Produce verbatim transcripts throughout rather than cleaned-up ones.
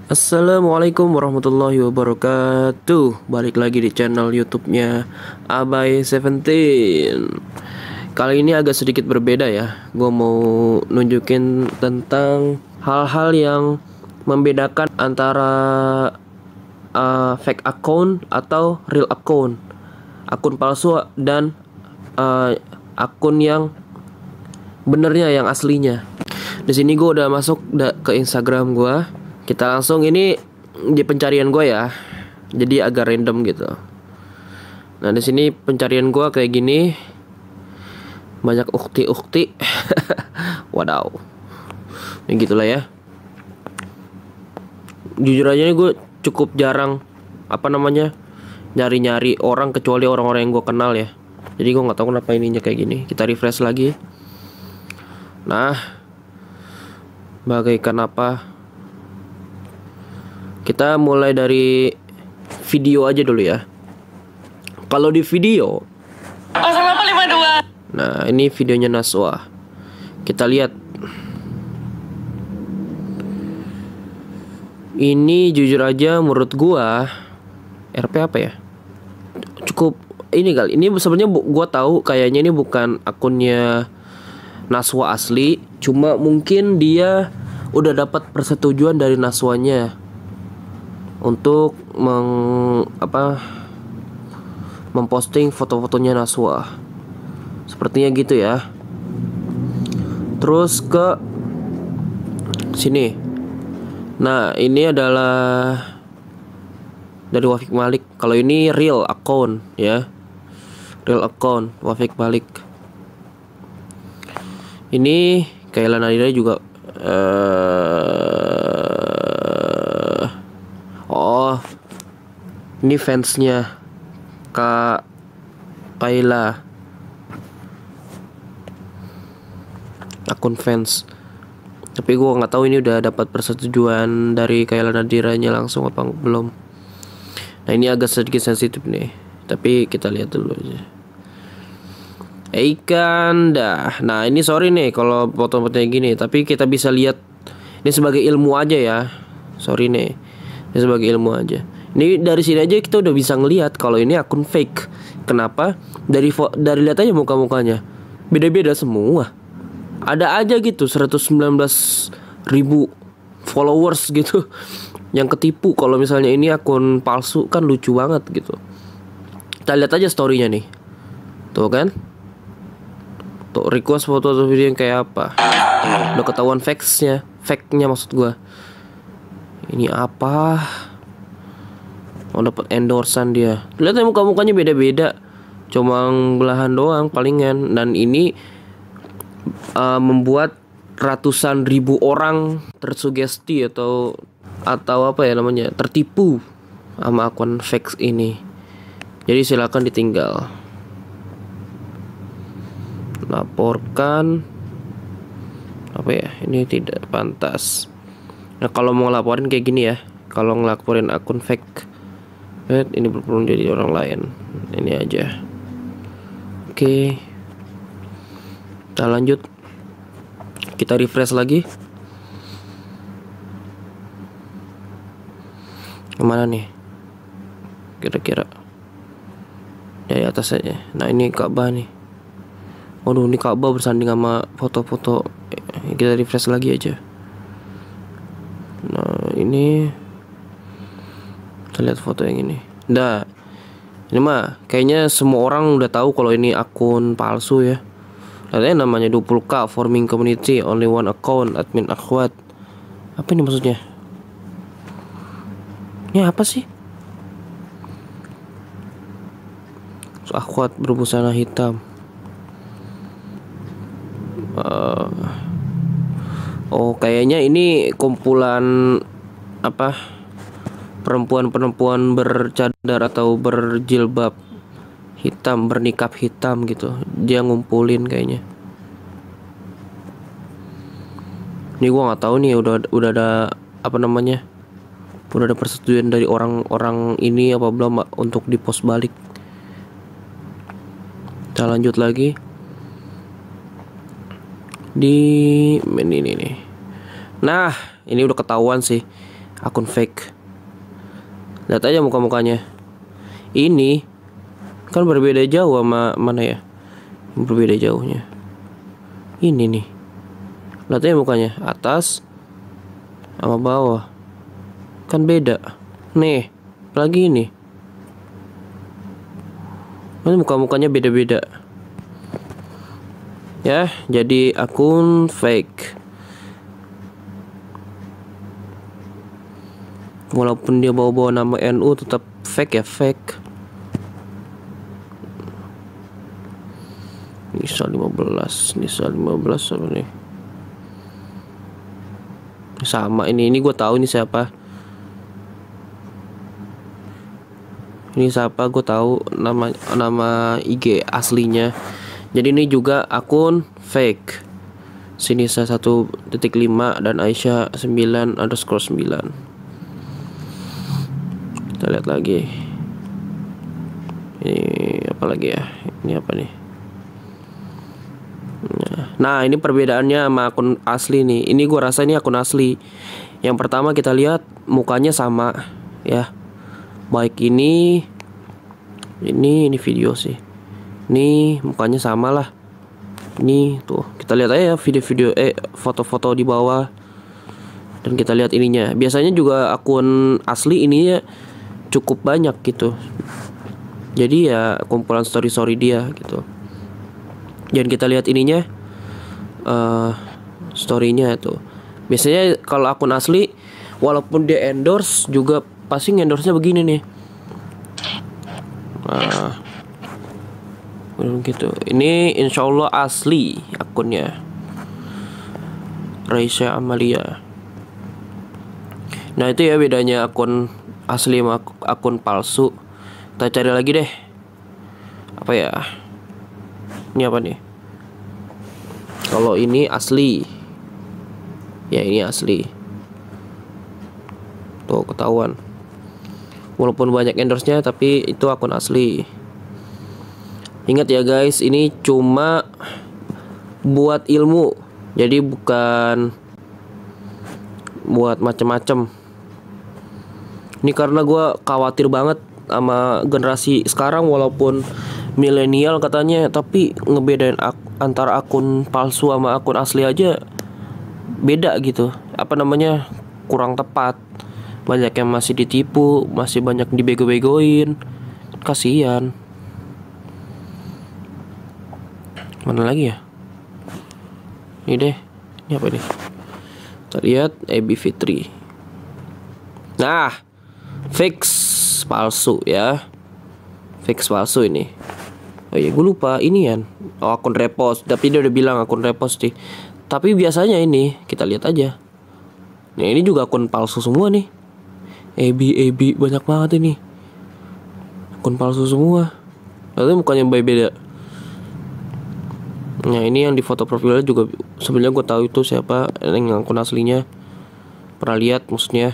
Assalamualaikum warahmatullahi wabarakatuh. Balik lagi di channel YouTube-nya Abai Seventeen. Kali ini agak sedikit berbeda ya. Gue mau nunjukin tentang hal-hal yang membedakan antara uh, fake account atau real account, akun palsu dan uh, akun yang benernya, yang aslinya. Di sini gue udah masuk ke Instagram gue. Kita langsung ini di pencarian gue ya. Jadi agak random gitu. Nah, di sini pencarian gue kayak gini. Banyak ukti-ukti. Wadaw. Ya gitulah ya. Jujur aja nih gue cukup jarang apa namanya nyari-nyari orang kecuali orang-orang yang gue kenal ya. Jadi gue nggak tahu kenapa ininya kayak gini. Kita refresh lagi. Nah, bagaikan apa? Kita mulai dari video aja dulu ya. Kalau di video nol delapan lima dua. Nah, ini videonya Naswa. Kita lihat. Ini jujur aja menurut gua R P apa ya? Cukup ini kali. Ini sebenarnya gua tahu kayaknya ini bukan akunnya Naswa asli, cuma mungkin dia udah dapat persetujuan dari Naswanya untuk meng apa memposting foto-fotonya Naswa. Sepertinya gitu ya. Terus ke sini. Nah, ini adalah dari Wafik Malik. Kalau ini real account ya. Real account Wafik Malik. Ini Kayla Nadira juga uh, oh, ini fansnya Kak Kayla, akun fans. Tapi gue nggak tahu ini udah dapat persetujuan dari Kayla Nadiranya langsung apa belum. Nah, ini agak sedikit sensitif nih, tapi kita lihat dulu aja. Ikan dah. Nah, ini sorry nih kalau foto-fotonya gini, tapi kita bisa lihat ini sebagai ilmu aja ya. Sorry nih. Ini sebagai ilmu aja. Ini dari sini aja kita udah bisa ngelihat kalau ini akun fake. Kenapa? Dari dari lihat aja muka-mukanya. Beda-beda semua. Ada aja gitu seratus sembilan belas ribu followers gitu yang ketipu. Kalau misalnya ini akun palsu kan lucu banget gitu. Kita lihat aja story-nya nih. Tuh kan? Tuh, request foto atau video yang kayak apa. Udah ketahuan fakes-nya. Fake-nya maksud gua. Ini apa? Mau dapat endorsan dia. Lihat muka-mukanya beda-beda. Cuma belahan doang palingan. Dan ini uh, membuat ratusan ribu orang tersugesti atau atau apa ya namanya, tertipu sama akun fake ini. Jadi silakan ditinggal. Laporkan apa ya, ini tidak pantas. Nah, kalau mau laporin kayak gini ya, kalau ngelaporin akun fake, eh, ini berpeluang jadi orang lain. Ini aja. Oke, kita lanjut. Kita refresh lagi. Kemana nih kira-kira? Dari atas aja. Nah, ini Ka'bah nih. Waduh, ini Ka'bah bersanding sama foto-foto. Kita refresh lagi aja. Nah, ini kita lihat foto yang ini. Nah, ini mah kayaknya semua orang udah tahu kalau ini akun palsu ya. Katanya namanya dua puluh K forming community, only one account, admin akhwat. Apa ini maksudnya? Ini apa sih? Akhwat berbusana hitam. Uh, oh, kayaknya ini kumpulan apa? Perempuan-perempuan bercadar atau berjilbab hitam, bernikab hitam gitu. Dia ngumpulin kayaknya. Ini gua nggak tahu nih udah udah ada apa namanya? Udah ada persetujuan dari orang-orang ini apa belum untuk dipost balik. Kita lanjut lagi. Di ini nih. Nah, ini udah ketahuan sih. akun fake. Lihat aja muka-mukanya. Ini kan berbeda jauh sama mana ya? Berbeda jauhnya. Ini nih. Lihat aja mukanya, atas sama bawah. Kan beda. Nih, lagi ini. Ini muka-mukanya beda-beda. Ya, jadi akun fake. Walaupun dia bawa-bawa nama N U, tetap fake ya, fake. Nisa lima belas, Nisa lima belas apa nih? Sama ini, ini gue tahu ini siapa. Ini siapa, gue tahu nama nama I G aslinya. Jadi ini juga akun fake. Sinisa satu titik lima dan Aisyah sembilan underscore sembilan. Kita lihat lagi. Ini apa lagi ya? Ini apa nih? Nah, ini perbedaannya sama akun asli nih. Ini gue rasa ini akun asli. Yang pertama kita lihat mukanya sama ya. Baik ini Ini ini video sih. Ini mukanya sama lah. Ini tuh, kita lihat aja ya video-video eh foto-foto di bawah. Dan kita lihat ininya. Biasanya juga akun asli ininya cukup banyak gitu. Jadi ya kumpulan story-story dia gitu. Dan kita lihat ininya, uh, story-nya itu. Biasanya kalau akun asli, walaupun dia endorse juga pasti endorse-nya begini nih. Nah, gitu. Ini insya Allah asli akunnya, Raisya Amalia. Nah itu ya bedanya akun asli sama akun palsu. Kita cari lagi deh. Apa ya? Ini apa nih? Kalau ini asli. Ya ini asli. Tuh ketahuan. Walaupun banyak endorse-nya, tapi itu akun asli. Ingat ya guys, ini cuma buat ilmu. Jadi bukan buat macem-macem. Ini karena gue khawatir banget sama generasi sekarang. Walaupun milenial katanya, tapi ngebedain ak antara akun palsu sama akun asli aja beda gitu. Apa namanya, kurang tepat. Banyak yang masih ditipu, masih banyak dibego-begoin. Kasihan. Mana lagi ya? Ini deh. Ini apa nih? Kita lihat Ebi Fitri. Nah, fix palsu ya. Fix palsu ini. Oh iya, gue lupa ini kan. Oh, akun repost. Tapi dia udah bilang akun repost sih. Tapi biasanya ini kita lihat aja. Nah, ini juga akun palsu semua nih. Ebi, Ebi banyak banget ini. Akun palsu semua. Lalu mukanya beda. Nah ini yang di foto profilnya juga sebenarnya gue tahu itu siapa, yang akun aslinya. Pernah lihat maksudnya.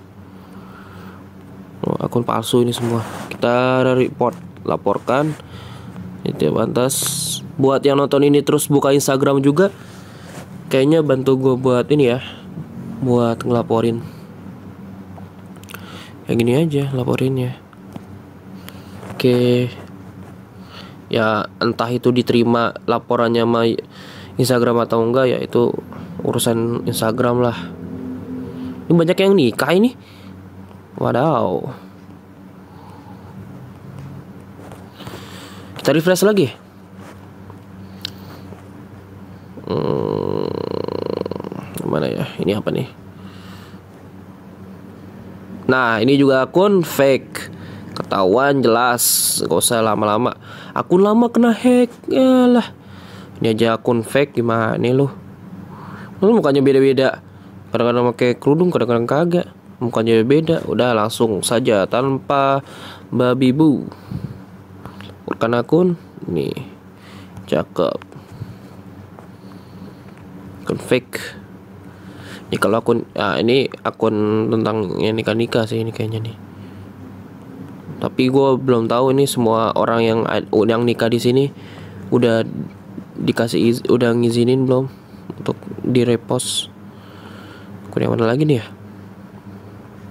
Oh, akun palsu ini semua. Kita report, laporkan. Itu ya pantas. Buat yang nonton ini terus buka Instagram juga, kayaknya bantu gue buat ini ya, buat ngelaporin. Kayak gini aja laporinnya. Oke. Ya entah itu diterima laporannya sama Instagram atau enggak, ya itu urusan Instagram lah. Ini banyak yang nikah ini. Wadaw. Kita refresh lagi. Hmm, mana ya? Ini apa nih? Nah ini juga akun fake. Ketahuan jelas. Gak usah lama-lama. Akun lama kena hack. Yalah. Ini aja akun fake gimana nih lu? Lu mukanya beda-beda. Kadang-kadang pakai kerudung, kadang-kadang kagak. Mukanya beda. Udah langsung saja tanpa babi bu. Bukan akun. Nih. Cakep. Akun fake. Ini kalau akun, ah ini akun tentang yang nikah-nikah sih ini kayaknya nih. Tapi gue belum tahu ini semua orang yang yang nikah di sini udah dikasih iz, udah ngizinin belum untuk direpost. Akun yang mana lagi nih ya?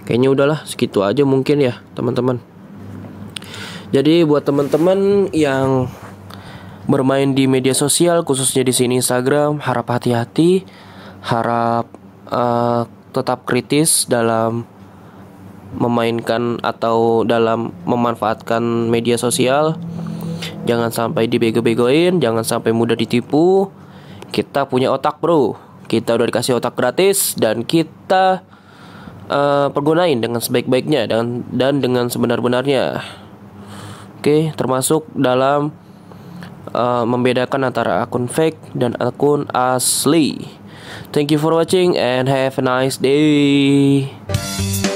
Kayaknya udahlah segitu aja mungkin ya teman-teman. Jadi buat teman-teman yang bermain di media sosial, khususnya di sini Instagram, harap hati-hati, harap uh, tetap kritis dalam memainkan atau dalam memanfaatkan media sosial. Jangan sampai dibego-begoin, jangan sampai mudah ditipu. Kita punya otak bro, kita udah dikasih otak gratis dan kita uh, pergunain dengan sebaik-baiknya dan dan dengan sebenar-benarnya. Oke, termasuk dalam uh, membedakan antara akun fake dan akun asli. Thank you for watching and have a nice day.